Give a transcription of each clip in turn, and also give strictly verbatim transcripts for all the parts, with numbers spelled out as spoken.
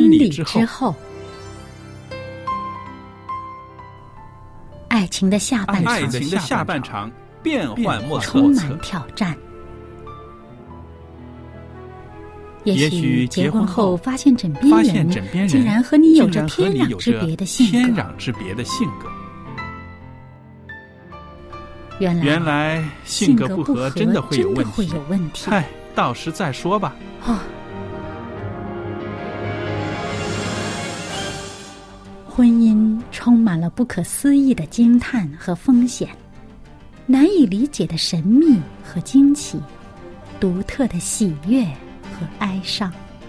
婚礼之后，爱情的下半场， 爱情的下半场变幻莫测， 充满挑战。也许结婚后发现枕边人竟然和你有着天壤之别的性格， 天壤之别的性格。 原来原来性格不合真的会有问题， 会有问题。 嗨，到时再说吧。 哦，婚姻充满了不可思议的惊叹和风险，难以理解的神秘和惊奇，独特的喜悦和哀伤。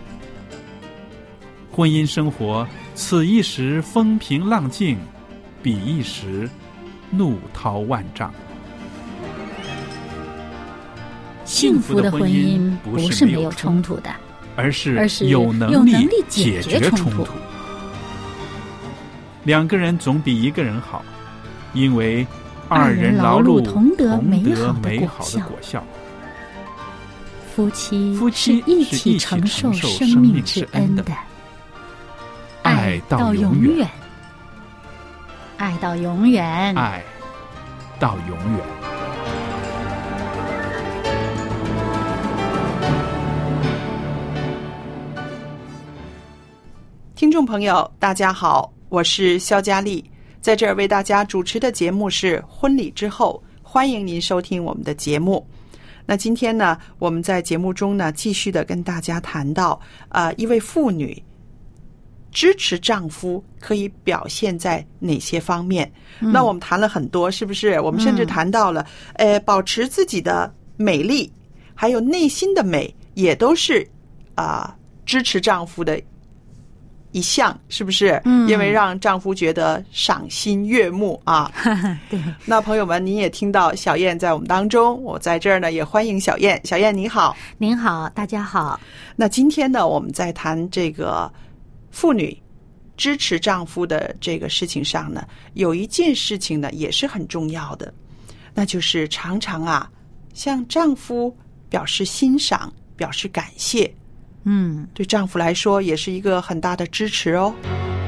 婚姻生活，此一时风平浪静，彼一时怒涛万丈。 幸福的婚姻不是没有冲突的， 而是而是有能力解决冲突。两个人总比一个人好，因为二人劳碌同得美好的果效。 夫妻夫妻是一起承受生命之恩的， 爱到永远， 爱到永远， 爱到永远。 听众朋友大家好，我是肖佳丽，在这儿为大家主持的节目是婚礼之后，欢迎您收听我们的节目。那今天呢，我们在节目中呢继续的跟大家谈到呃，一位妇女支持丈夫可以表现在哪些方面、嗯、那我们谈了很多，是不是？我们甚至谈到了、嗯、呃，保持自己的美丽还有内心的美也都是啊、呃、支持丈夫的一项，是不是？嗯，因为让丈夫觉得赏心悦目啊。 对。 那朋友们，您也听到小燕在我们当中，我在这儿呢也欢迎小燕。小燕你好。 您好，大家好。 那今天呢，我们在谈这个妇女支持丈夫的这个事情上呢，有一件事情呢也是很重要的，那就是常常啊向丈夫表示欣赏，表示感谢。 嗯， 对丈夫来说也是一个很大的支持哦。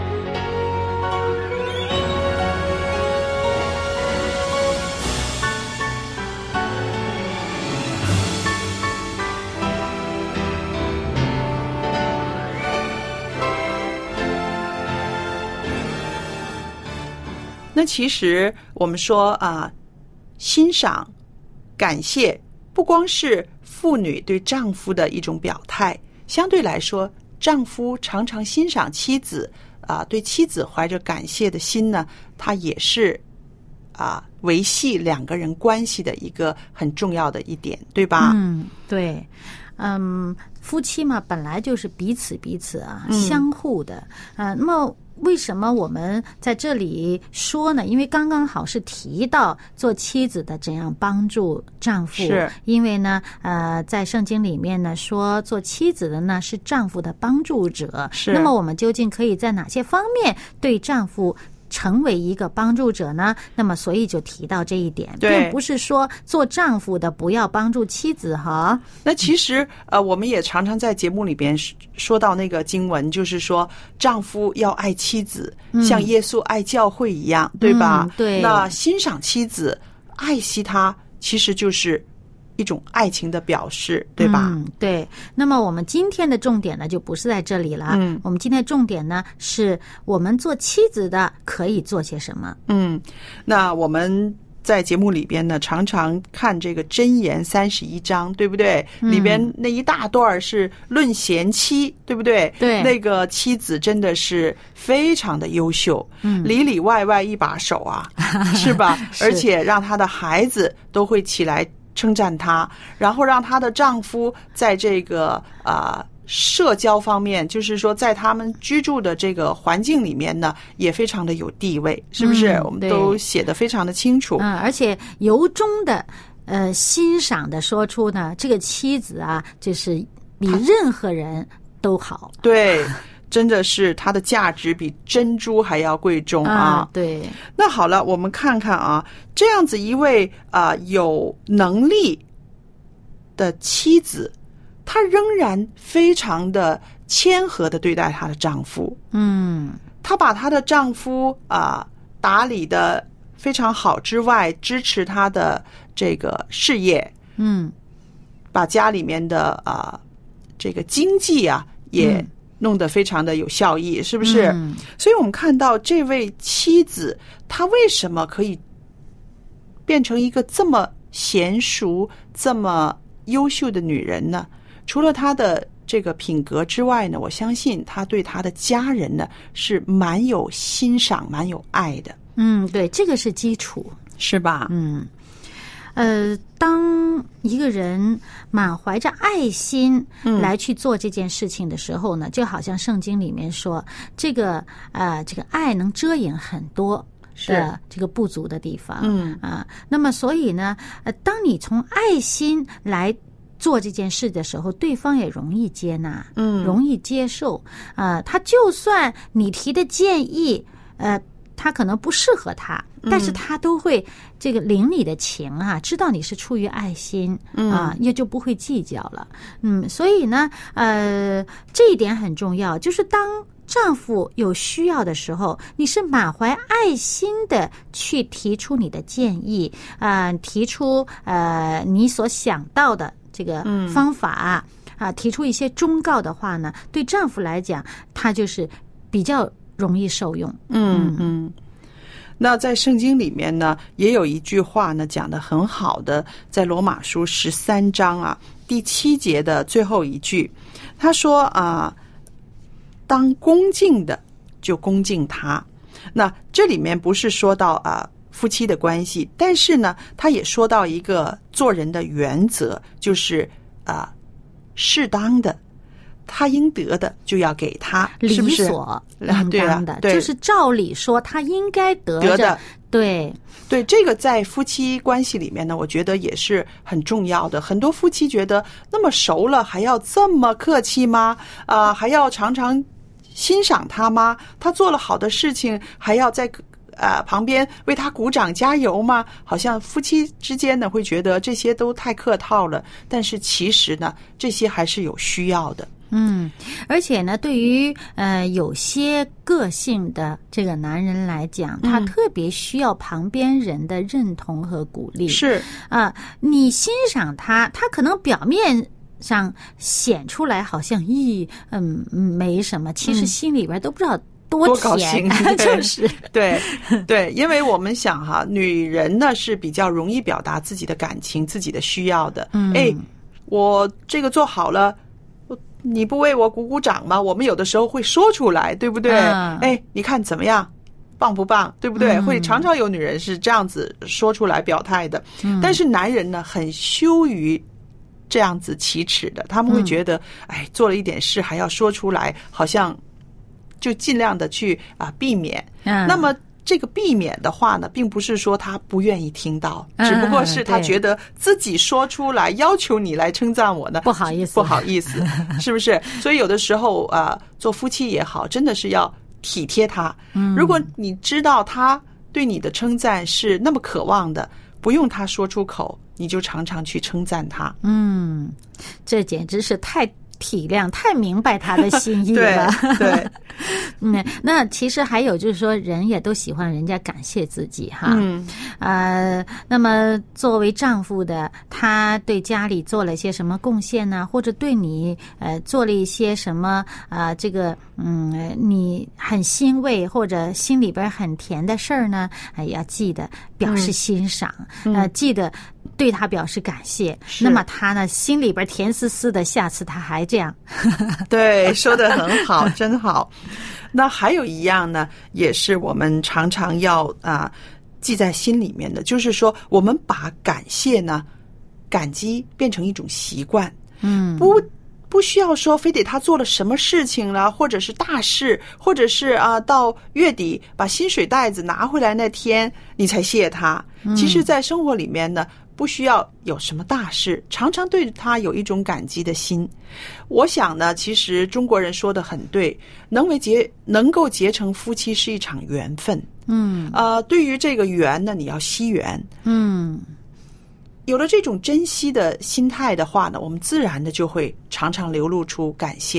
那其实我们说啊，欣赏、感谢，不光是妇女对丈夫的一种表态。相对来说，丈夫常常欣赏妻子啊，对妻子怀着感谢的心呢，他也是啊维系两个人关系的一个很重要的一点，对吧？ 嗯，对，嗯，夫妻嘛，本来就是彼此彼此啊，相互的，啊、呃，那么。为什么我们在这里说呢？因为刚刚好是提到做妻子的怎样帮助丈夫， 是因为呢，呃，在圣经里面呢说做妻子的呢是丈夫的帮助者， 是。 那么我们究竟可以在哪些方面对丈夫成为一个帮助者呢？那么所以就提到这一点，并不是说做丈夫的不要帮助妻子哈。 那其实呃，我们也常常在节目里边说到那个经文，就是说丈夫要爱妻子，嗯、像耶稣爱教会一样，对吧？ 嗯、对。 那欣赏妻子，爱惜她，其实就是一种爱情的表示，对吧？ 嗯，对。那么我们今天的重点呢，就不是在这里了。 嗯， 我们今天重点呢，是我们做妻子的可以做些什么。 嗯，那我们在节目里边呢，常常看这个箴言三十一章，对不对？嗯、里边那一大段是论贤妻，对不对？ 对， 那个妻子真的是非常的优秀，嗯，里里外外一把手啊，是吧？ 是， 而且让她的孩子都会起来称赞她，然后让她的丈夫在这个啊。呃社交方面，就是说在他们居住的这个环境里面呢，也非常的有地位，是不是？嗯、我们都写得非常的清楚。 嗯，而且由衷的呃欣赏的说出呢，这个妻子啊，就是比任何人都好。 对。真的是它的价值比珍珠还要贵重啊！ 啊对。 那好了，我们看看啊，这样子一位啊、呃、有能力的妻子，她仍然非常的谦和的对待她的丈夫。 嗯， 她把她的丈夫啊、呃、打理的非常好之外，支持她的这个事业， 嗯， 把家里面的啊、呃、这个经济啊也弄得非常的有效益，是不是？ 嗯， 所以我们看到这位妻子，她为什么可以变成一个这么娴熟、这么优秀的女人呢？除了她的这个品格之外呢，我相信她对她的家人呢是蛮有欣赏、蛮有爱的。 嗯，对，这个是基础， 是吧？ 嗯。呃，当一个人满怀着爱心来去做这件事情的时候呢，嗯、就好像圣经里面说，这个呃，这个爱能遮掩很多的这个不足的地方。 嗯啊，那么所以呢，呃，当你从爱心来做这件事的时候，对方也容易接纳， 嗯， 容易接受。啊、呃，他就算你提的建议，呃。他可能不适合他，但是他都会这个领你的情啊，知道你是出于爱心啊，也就不会计较了。嗯，所以呢，呃，这一点很重要，就是当丈夫有需要的时候，你是满怀爱心的去提出你的建议啊、呃，提出呃你所想到的这个方法啊，啊提出一些忠告的话呢，对丈夫来讲，他就是比较容易受用。 嗯嗯，那在圣经里面呢，也有一句话呢讲得很好的，在罗马书十三章啊第七节的最后一句，他说啊，当恭敬的就恭敬他。那这里面不是说到啊夫妻的关系，但是呢，他也说到一个做人的原则，就是啊适当的。他应得的就要给他，是不是？ 理所应当的， 对啊， 就是照理说他应该得着得的。 对对，这个在夫妻关系里面呢，我觉得也是很重要的。很多夫妻觉得那么熟了，还要这么客气吗？啊、呃，还要常常欣赏他吗？他做了好的事情，还要在呃旁边为他鼓掌加油吗？好像夫妻之间呢会觉得这些都太客套了，但是其实呢，这些还是有需要的。 嗯，而且呢，对于呃有些个性的这个男人来讲，他特别需要旁边人的认同和鼓励。 是啊、呃，你欣赏他，他可能表面上显出来好像咦嗯没什么，其实心里边都不知道多甜， 多高兴就是对对，因为我们想哈，女人呢是比较容易表达自己的感情、自己的需要的。 嗯， 哎，我这个做好了。你不为我鼓鼓掌吗？我们有的时候会说出来，对不对？ 嗯、 哎，你看怎么样，棒不棒？对不对？ 嗯、 会常常有女人是这样子说出来表态的。嗯、但是男人呢，很羞于这样子启齿的，他们会觉得，嗯、哎，做了一点事还要说出来，好像就尽量的去啊避免。 嗯、 那么。这个避免的话呢，并不是说他不愿意听到，只不过是他觉得自己说出来，要求你来称赞我呢， 不好意思， 不好意思，是不是？所以有的时候啊、呃，做夫妻也好，真的是要体贴他。嗯，如果你知道他对你的称赞是那么渴望的，不用他说出口，你就常常去称赞他。 嗯，这简直是太体谅，太明白他的心意了。 对对。 嗯，那其实还有就是说，人也都喜欢人家感谢自己哈。 嗯， 呃，那么作为丈夫的，他对家里做了些什么贡献呢？或者对你呃做了一些什么啊、呃？这个嗯，你很欣慰或者心里边很甜的事儿呢？哎，要记得表示欣赏， 嗯、 呃，记得对他表示感谢。那么他呢，心里边甜丝丝的，下次他还这样。 对，说得很好，真好。那还有一样呢，也是我们常常要啊记在心里面的，就是说我们把感谢呢、感激变成一种习惯。 嗯， 不不需要说非得他做了什么事情了，或者是大事，或者是啊到月底把薪水袋子拿回来那天你才谢他。其实，在生活里面呢，不需要有什么大事，常常对他有一种感激的心。我想呢，其实中国人说的很对，能为结能够结成夫妻是一场缘分。 嗯， 呃，对于这个缘呢，你要惜缘。 嗯， 有了这种珍惜的心态的话呢，我们自然的就会常常流露出感谢的。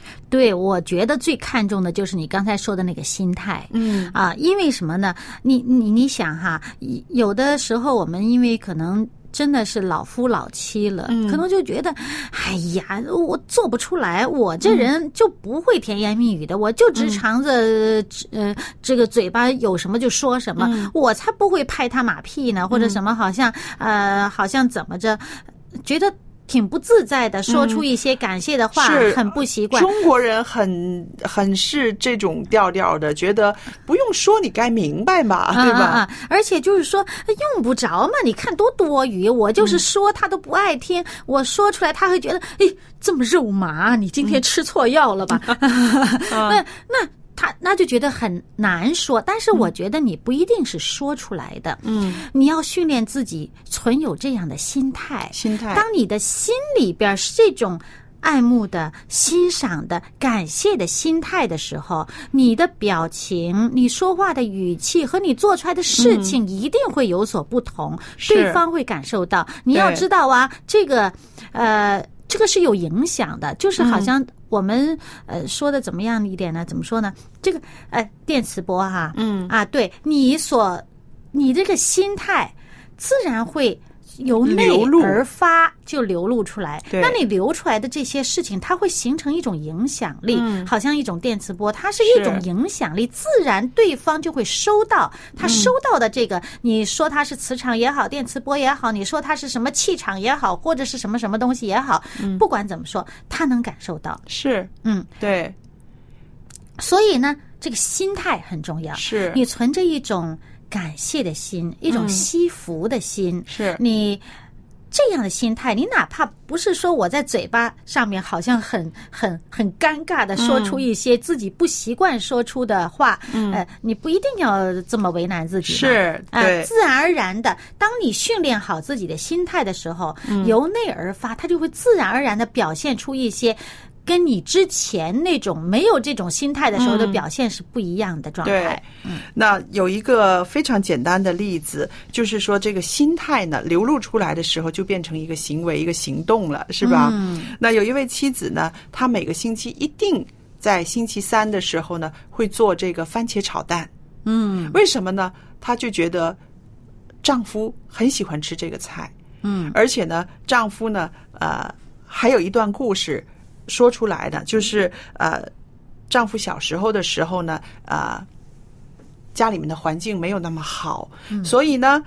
对，我觉得最看重的就是你刚才说的那个心态。 嗯啊，因为什么呢？你你你想哈，有的时候我们因为可能真的是老夫老妻了， 嗯可能就觉得，哎呀，我做不出来，我这人就不会甜言蜜语的，我就只藏着、呃这个嘴巴有什么就说什么， 嗯我才不会拍他马屁呢，或者什么好像、呃好像怎么着，觉得挺不自在的，说出一些感谢的话， 是很不习惯。 中国人很很是这种调调的，觉得不用说你该明白嘛，对吧？ 啊啊啊而且就是说用不着嘛，你看多多余，我就是说他都不爱听，嗯、我说出来他会觉得，哎，这么肉麻，你今天吃错药了吧？嗯、那那。他那就觉得很难说，但是我觉得你不一定是说出来的，嗯，你要训练自己存有这样的心态， 心态。 当你的心里边是这种爱慕的、欣赏的、感谢的心态的时候，你的表情、你说话的语气和你做出来的事情一定会有所不同，嗯、对方会感受到。你要知道啊，这个呃。这个是有影响的，就是好像我们、嗯、呃说的怎么样一点呢？怎么说呢？这个呃电磁波哈，嗯啊，对你所你这个心态自然会由内而发就流露出来，那你流出来的这些事情，它会形成一种影响力，嗯、好像一种电磁波，它是一种影响力，自然对方就会收到，他收到的这个，嗯、你说它是磁场也好，电磁波也好，你说它是什么气场也好，或者是什么什么东西也好，嗯、不管怎么说，他能感受到， 是， 嗯， 对， 所以呢，这个心态很重要， 是你存着一种感谢的心，一种惜福的心， 嗯、是你这样的心态，你哪怕不是说我在嘴巴上面好像很很很尴尬的说出一些自己不习惯说出的话，嗯、呃，你不一定要这么为难自己， 是， 呃， 对， 自然而然的，当你训练好自己的心态的时候，嗯、由内而发，它就会自然而然的表现出一些。跟你之前那种没有这种心态的时候的表现是不一样的状态。 对，嗯，那有一个非常简单的例子，就是说这个心态呢流露出来的时候，就变成一个行为、一个行动了，是吧？嗯。那有一位妻子呢，她每个星期一定在星期三的时候呢，会做这个番茄炒蛋。嗯。为什么呢？她就觉得丈夫很喜欢吃这个菜。嗯。而且呢，丈夫呢，呃，还有一段故事。说出来的就是呃，丈夫小时候的时候呢，呃，家里面的环境没有那么好，嗯、所以呢，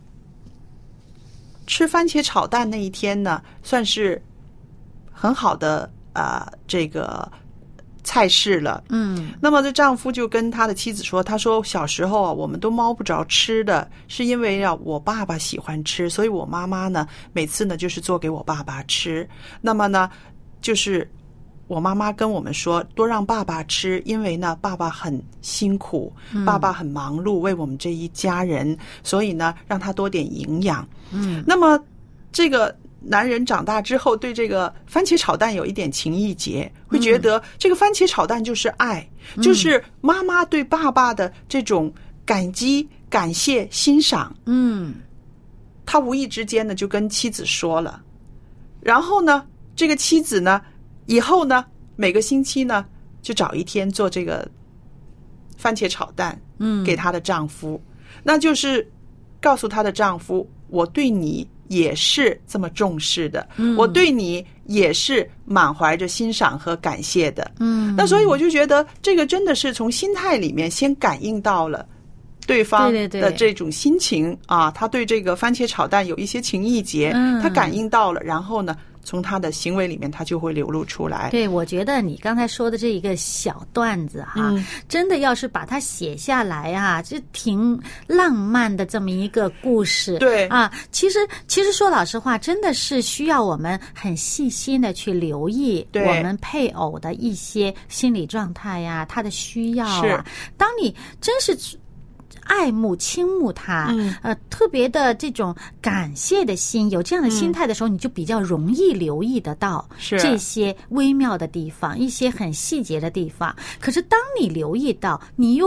吃番茄炒蛋那一天呢，算是很好的啊、呃、这个菜式了。嗯，那么这丈夫就跟他的妻子说，他说小时候啊，我们都摸不着吃的，是因为啊我爸爸喜欢吃，所以我妈妈呢每次呢就是做给我爸爸吃。那么呢。就是我妈妈跟我们说，多让爸爸吃，因为呢，爸爸很辛苦，嗯、爸爸很忙碌，为我们这一家人，所以呢，让他多点营养。嗯，那么这个男人长大之后，对这个番茄炒蛋有一点情意结，会觉得这个番茄炒蛋就是爱，嗯、就是妈妈对爸爸的这种感激、感谢、欣赏。嗯，他无意之间呢，就跟妻子说了，然后呢。这个妻子呢，以后呢，每个星期呢，就找一天做这个番茄炒蛋，嗯，给她的丈夫，那就是告诉她的丈夫，我对你也是这么重视的，嗯，我对你也是满怀着欣赏和感谢的，嗯，那所以我就觉得这个真的是从心态里面先感应到了对方的这种心情，对对对啊，他对这个番茄炒蛋有一些情意结，嗯，他感应到了，然后呢。从他的行为里面，他就会流露出来。 对，我觉得你刚才说的这一个小段子哈，嗯、真的要是把它写下来啊，就挺浪漫的这么一个故事。 对啊，其实其实说老实话，真的是需要我们很细心的去留意我们配偶的一些心理状态呀，他的需要啊。当你真是。爱慕倾慕他，嗯、呃，特别的这种感谢的心，有这样的心态的时候，嗯、你就比较容易留意得到这些微妙的地方，一些很细节的地方。可是当你留意到，你又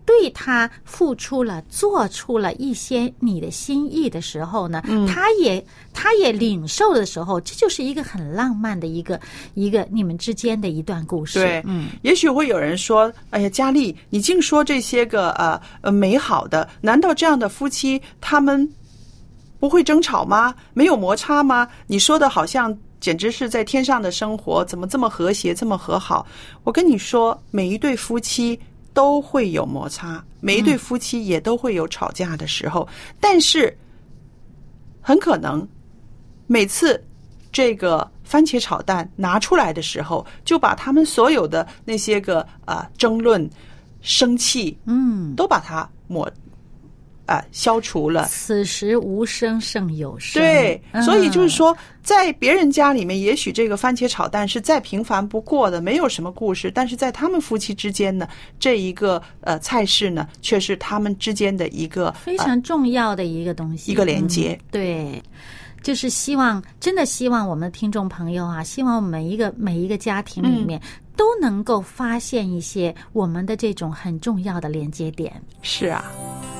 对他付出了，做出了一些你的心意的时候呢，嗯、他也他也领受的时候，这就是一个很浪漫的一个一个你们之间的一段故事。 对，嗯，也许会有人说：“哎呀，佳丽，你净说这些个呃呃美好的，难道这样的夫妻他们不会争吵吗？没有摩擦吗？你说的好像简直是在天上的生活，怎么这么和谐，这么和好？”我跟你说，每一对夫妻都会有摩擦，每一对夫妻也都会有吵架的时候，嗯、但是很可能每次这个番茄炒蛋拿出来的时候，就把他们所有的那些个啊、呃、争论、生气，嗯，都把它抹。啊，消除了。 此时无声胜有声。 对，所以就是说，在别人家里面，也许这个番茄炒蛋是再平凡不过的，没有什么故事，但是在他们夫妻之间呢，这一个呃菜式呢，却是他们之间的一个非常重要的一个东西， 呃、一个连接。 嗯、对。就是希望，真的希望我们的听众朋友啊，希望每一个每一个家庭里面、嗯、都能够发现一些我们的这种很重要的连接点。 是啊。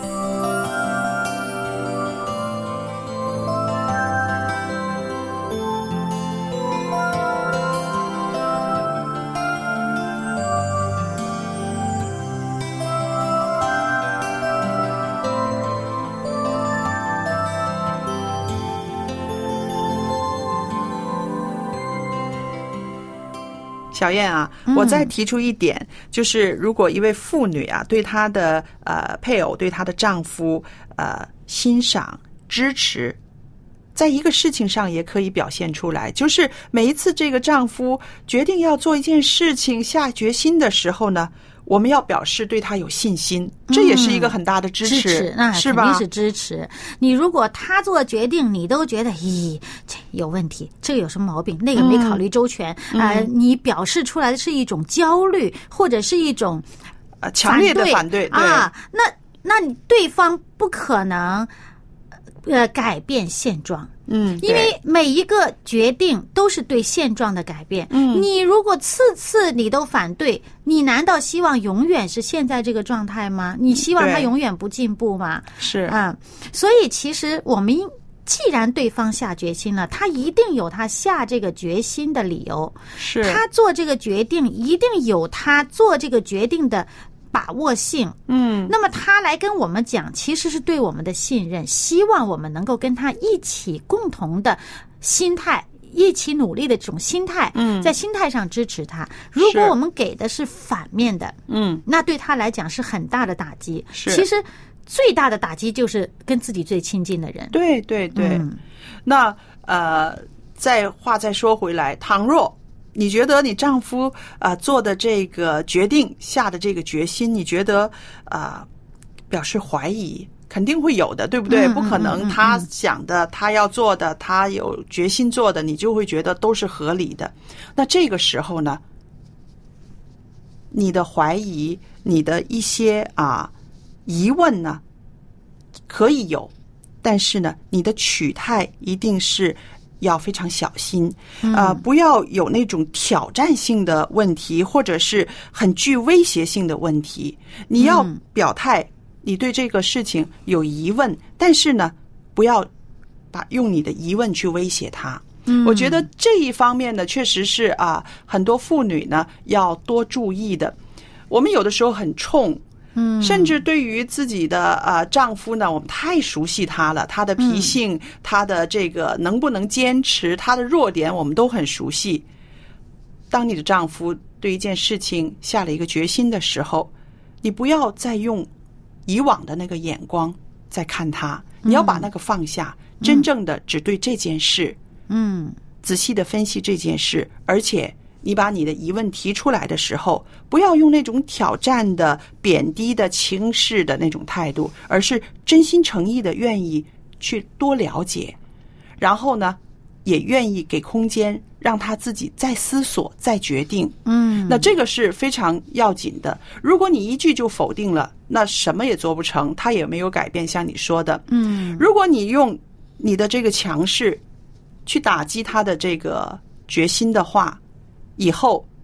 小燕啊，我再提出一点，嗯、就是如果一位妇女啊，对她的呃配偶、对她的丈夫呃欣赏、支持，在一个事情上也可以表现出来，就是每一次这个丈夫决定要做一件事情、下决心的时候呢，我们要表示对他有信心，这也是一个很大的支持，嗯、支持那是吧？ 肯定是支持。你如果他做决定，你都觉得咦，这有问题，这个有什么毛病，那个没考虑周全，嗯、呃，你表示出来的是一种焦虑，或者是一种呃强烈的反对啊，那那你对方不可能呃改变现状。 嗯， 因为每一个决定都是对现状的改变。嗯，你如果次次你都反对，你难道希望永远是现在这个状态吗？你希望他永远不进步吗？ 是啊、嗯，所以其实我们既然对方下决心了，他一定有他下这个决心的理由。 是他做这个决定，一定有他做这个决定的把握性。嗯，那么他来跟我们讲，其实是对我们的信任，希望我们能够跟他一起共同的心态，一起努力的这种心态，嗯，在心态上支持他。如果我们给的是反面的，嗯，那对他来讲是很大的打击。 是， 其实最大的打击就是跟自己最亲近的人。 对对对。嗯、那呃，再话再说回来，倘若你觉得你丈夫啊、呃、做的这个决定、下的这个决心，你觉得啊、呃、表示怀疑，肯定会有的，对不对？ 嗯、 不可能他想的、嗯、他要做的、他有决心做的，你就会觉得都是合理的。那这个时候呢，你的怀疑、你的一些啊疑问呢，可以有，但是呢，你的取态一定是要非常小心，啊、呃，不要有那种挑战性的问题，或者是很具威胁性的问题。你要表态，你对这个事情有疑问，但是呢，不要把用你的疑问去威胁他。嗯，我觉得这一方面呢，确实是啊，很多妇女呢要多注意的。我们有的时候很冲。嗯，甚至对于自己的呃丈夫呢，我们太熟悉他了，他的脾性，嗯、他的这个能不能坚持，他的弱点，我们都很熟悉。当你的丈夫对一件事情下了一个决心的时候，你不要再用以往的那个眼光再看他，你要把那个放下，嗯、真正的只对这件事，嗯，仔细的分析这件事，而且。你把你的疑问提出来的时候，不要用那种挑战的、贬低的、轻视的那种态度，而是真心诚意的愿意去多了解，然后呢，也愿意给空间让他自己再思索、再决定。嗯，那这个是非常要紧的。如果你一句就否定了，那什么也做不成，他也没有改变。像你说的，嗯，如果你用你的这个强势去打击他的这个决心的话，以后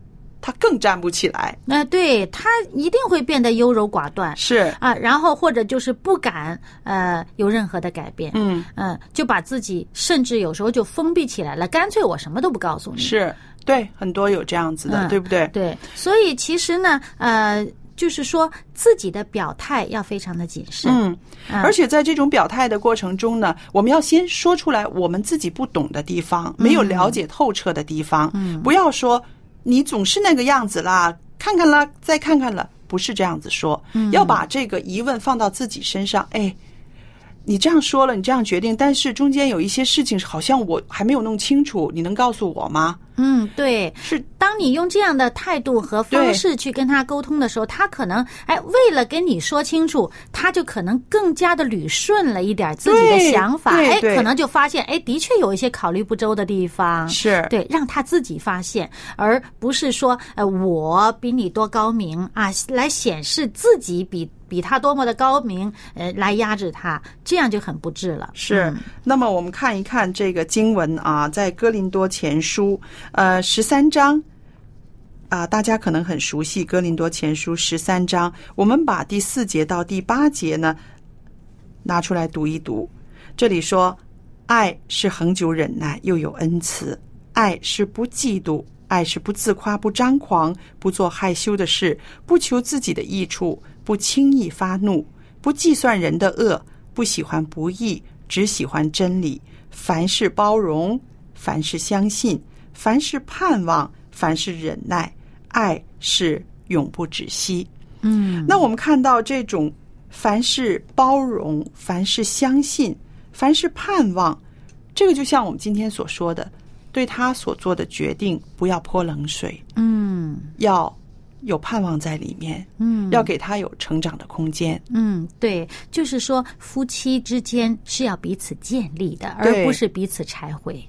他更站不起来。 那、呃、对他一定会变得优柔寡断， 是啊，然后或者就是不敢呃有任何的改变， 嗯嗯、呃，就把自己甚至有时候就封闭起来了，干脆我什么都不告诉你。 是，对，很多有这样子的， 嗯、 对不对？ 对，所以其实呢，呃。就是说自己的表态要非常的谨慎， 嗯，而且在这种表态的过程中呢，我们要先说出来我们自己不懂的地方，没有了解透彻的地方，嗯，不要说你总是那个样子啦，看看啦，再看看了，不是这样子说，嗯，要把这个疑问放到自己身上，哎，你这样说了，你这样决定，但是中间有一些事情好像我还没有弄清楚，你能告诉我吗？ 嗯，对， 是当你用这样的态度和方式去跟他沟通的时候，他可能哎，为了跟你说清楚，他就可能更加的捋顺了一点自己的想法，哎，可能就发现哎，的确有一些考虑不周的地方， 是对，让他自己发现，而不是说呃我比你多高明啊，来显示自己比比他多么的高明，呃，来压制他，这样就很不智了。 是， 嗯、 那么我们看一看这个经文啊，在哥林多前书。呃，十三章啊，大家可能很熟悉哥林多前书十三章，我们把第四节到第八节呢拿出来读一读。这里说，爱是恒久忍耐，又有恩慈；爱是不嫉妒，爱是不自夸，不张狂，不做害羞的事，不求自己的益处，不轻易发怒，不计算人的恶，不喜欢不义，只喜欢真理。凡事包容，凡事相信，凡事盼望，凡事忍耐，爱是永不止息。 嗯， 那我们看到这种凡事包容，凡事相信，凡事盼望，这个就像我们今天所说的，对他所做的决定不要泼冷水， 嗯， 要有盼望在里面， 嗯， 要给他有成长的空间。 嗯，对，就是说夫妻之间是要彼此建立的，而不是彼此拆毁。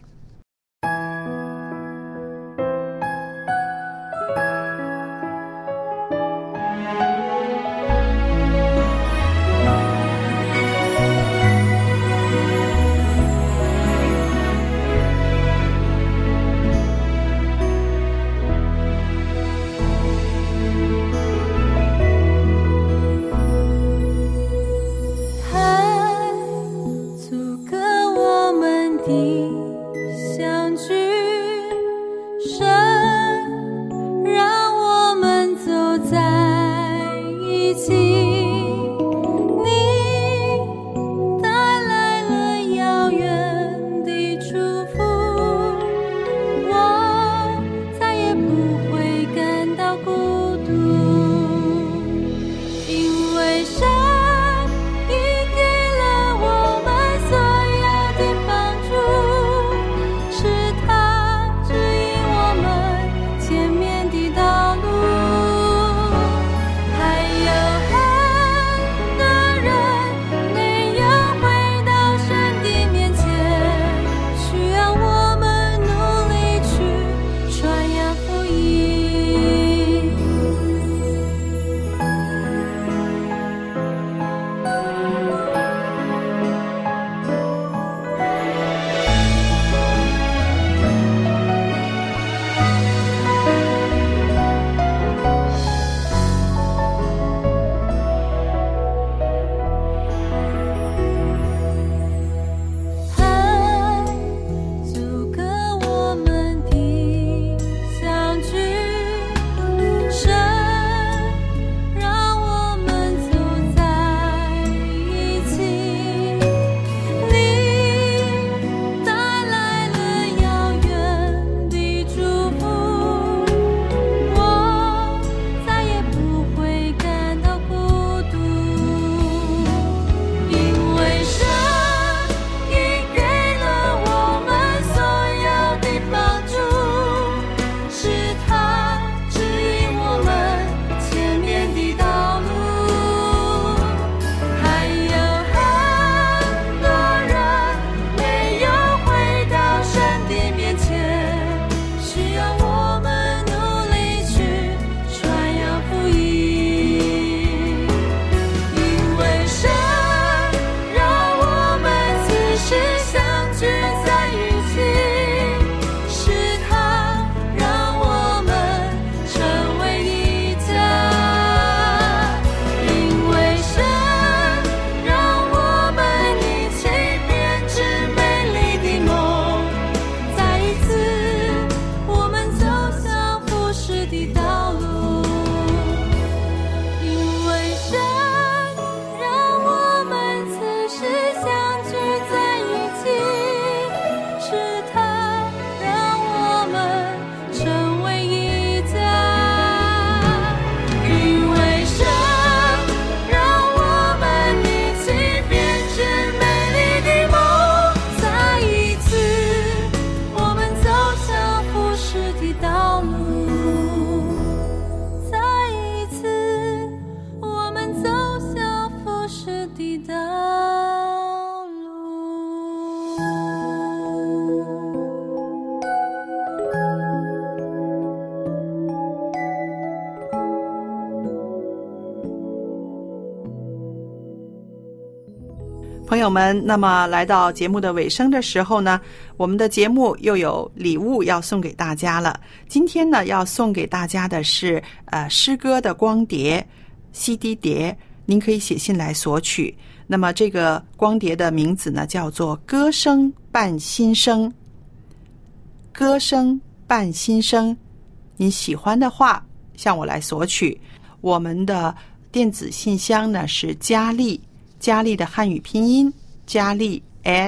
朋友们，那么来到节目的尾声的时候呢，我们的节目又有礼物要送给大家了。今天呢，要送给大家的是呃诗歌的光碟 C D 碟，您可以写信来索取。那么这个光碟的名字呢，叫做《歌声伴心声》。歌声伴心声，您喜欢的话向我来索取。我们的电子信箱呢是佳丽，佳丽的汉语拼音佳丽 at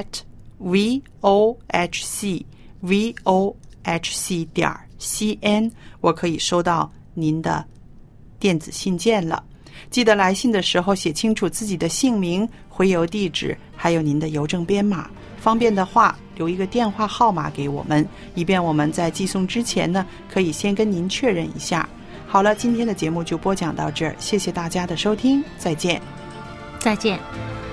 vohc vohc 点 cn， 我可以收到您的电子信件了。记得来信的时候写清楚自己的姓名、回邮地址，还有您的邮政编码。方便的话，留一个电话号码给我们，以便我们在寄送之前呢，可以先跟您确认一下。好了，今天的节目就播讲到这儿，谢谢大家的收听，再见。 再见。